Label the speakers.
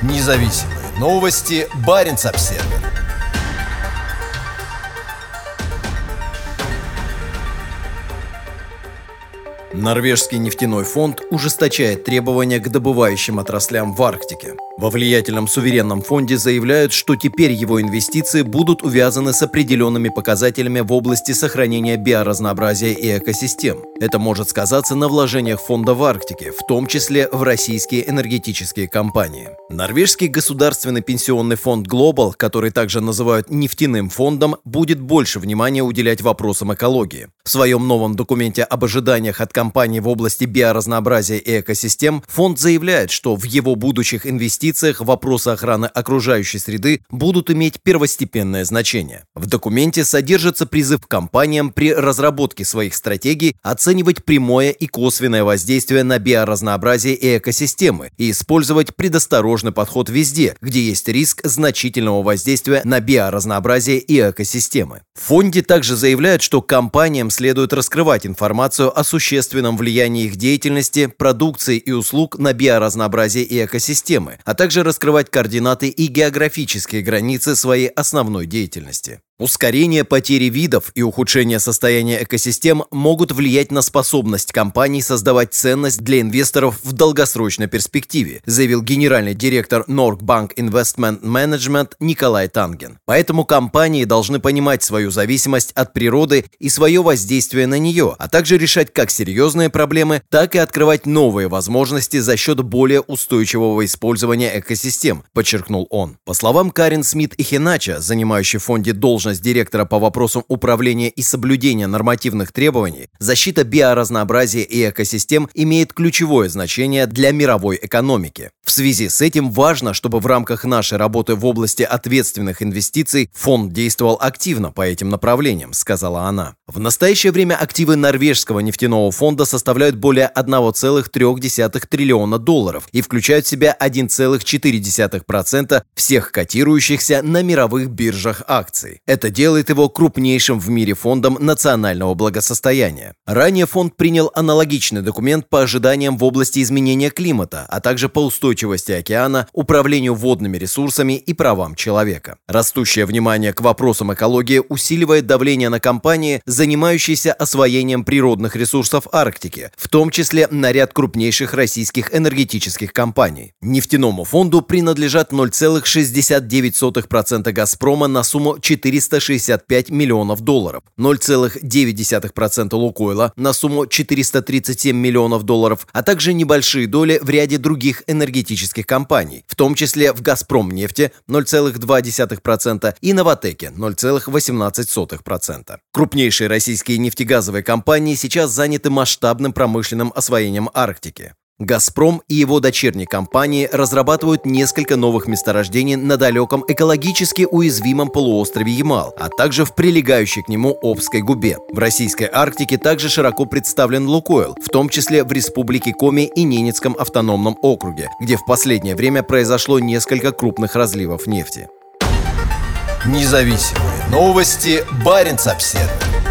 Speaker 1: Независимые новости. Баренц-Обсервер. Норвежский нефтяной фонд ужесточает требования к добывающим отраслям в Арктике. Во влиятельном суверенном фонде заявляют, что теперь его инвестиции будут увязаны с определенными показателями в области сохранения биоразнообразия и экосистем. Это может сказаться на вложениях фонда в Арктике, в том числе в российские энергетические компании. Норвежский государственный пенсионный фонд Global, который также называют нефтяным фондом, будет больше внимания уделять вопросам экологии. В своем новом документе об ожиданиях от компаний в области биоразнообразия и экосистем фонд заявляет, что в его будущих инвестициях вопросы охраны окружающей среды будут иметь первостепенное значение. В документе содержится призыв к компаниям при разработке своих стратегий оценивать прямое и косвенное воздействие на биоразнообразие и экосистемы и использовать предосторожный подход везде, где есть риск значительного воздействия на биоразнообразие и экосистемы. В фонде также заявляют, что компаниям следует раскрывать информацию о существенном влиянии их деятельности, продукции и услуг на биоразнообразие и экосистемы, а также раскрывать координаты и географические границы своей основной деятельности. Ускорение потери видов и ухудшение состояния экосистем могут влиять на способность компаний создавать ценность для инвесторов в долгосрочной перспективе, заявил генеральный директор Norgbank Investment Management Николай Танген. Поэтому компании должны понимать свою зависимость от природы и свое воздействие на нее, а также решать как серьезные проблемы, так и открывать новые возможности за счет более устойчивого использования экосистем, подчеркнул он. По словам Карен Смит-Ихенача, занимающей в фонде должность директора по вопросам управления и соблюдения нормативных требований, защита биоразнообразия и экосистем имеет ключевое значение для мировой экономики. В связи с этим важно, чтобы в рамках нашей работы в области ответственных инвестиций фонд действовал активно по этим направлениям, сказала она. В настоящее время активы норвежского нефтяного фонда составляют более 1,3 триллиона долларов и включают в себя 1,4% всех котирующихся на мировых биржах акций. Это делает его крупнейшим в мире фондом национального благосостояния. Ранее фонд принял аналогичный документ по ожиданиям в области изменения климата, а также по устойчивости океана, управлению водными ресурсами и правам человека. Растущее внимание к вопросам экологии усиливает давление на компании, занимающиеся освоением природных ресурсов Арктики, в том числе на ряд крупнейших российских энергетических компаний. Нефтяному фонду принадлежат 0,69% «Газпрома» на сумму 465 миллионов долларов, 0,9% «Лукойла» на сумму 437 миллионов долларов, а также небольшие доли в ряде других энергетических компаний, в том числе в «Газпромнефти» 0,2% и «Новатэке» 0,18%. Крупнейшие российские нефтегазовые компании сейчас заняты масштабным промышленным освоением Арктики. «Газпром» и его дочерние компании разрабатывают несколько новых месторождений на далеком экологически уязвимом полуострове Ямал, а также в прилегающей к нему Обской губе. В российской Арктике также широко представлен «Лукойл», в том числе в республике Коми и Ненецком автономном округе, где в последнее время произошло несколько крупных разливов нефти. Независимые новости. Баренц-Обсервер.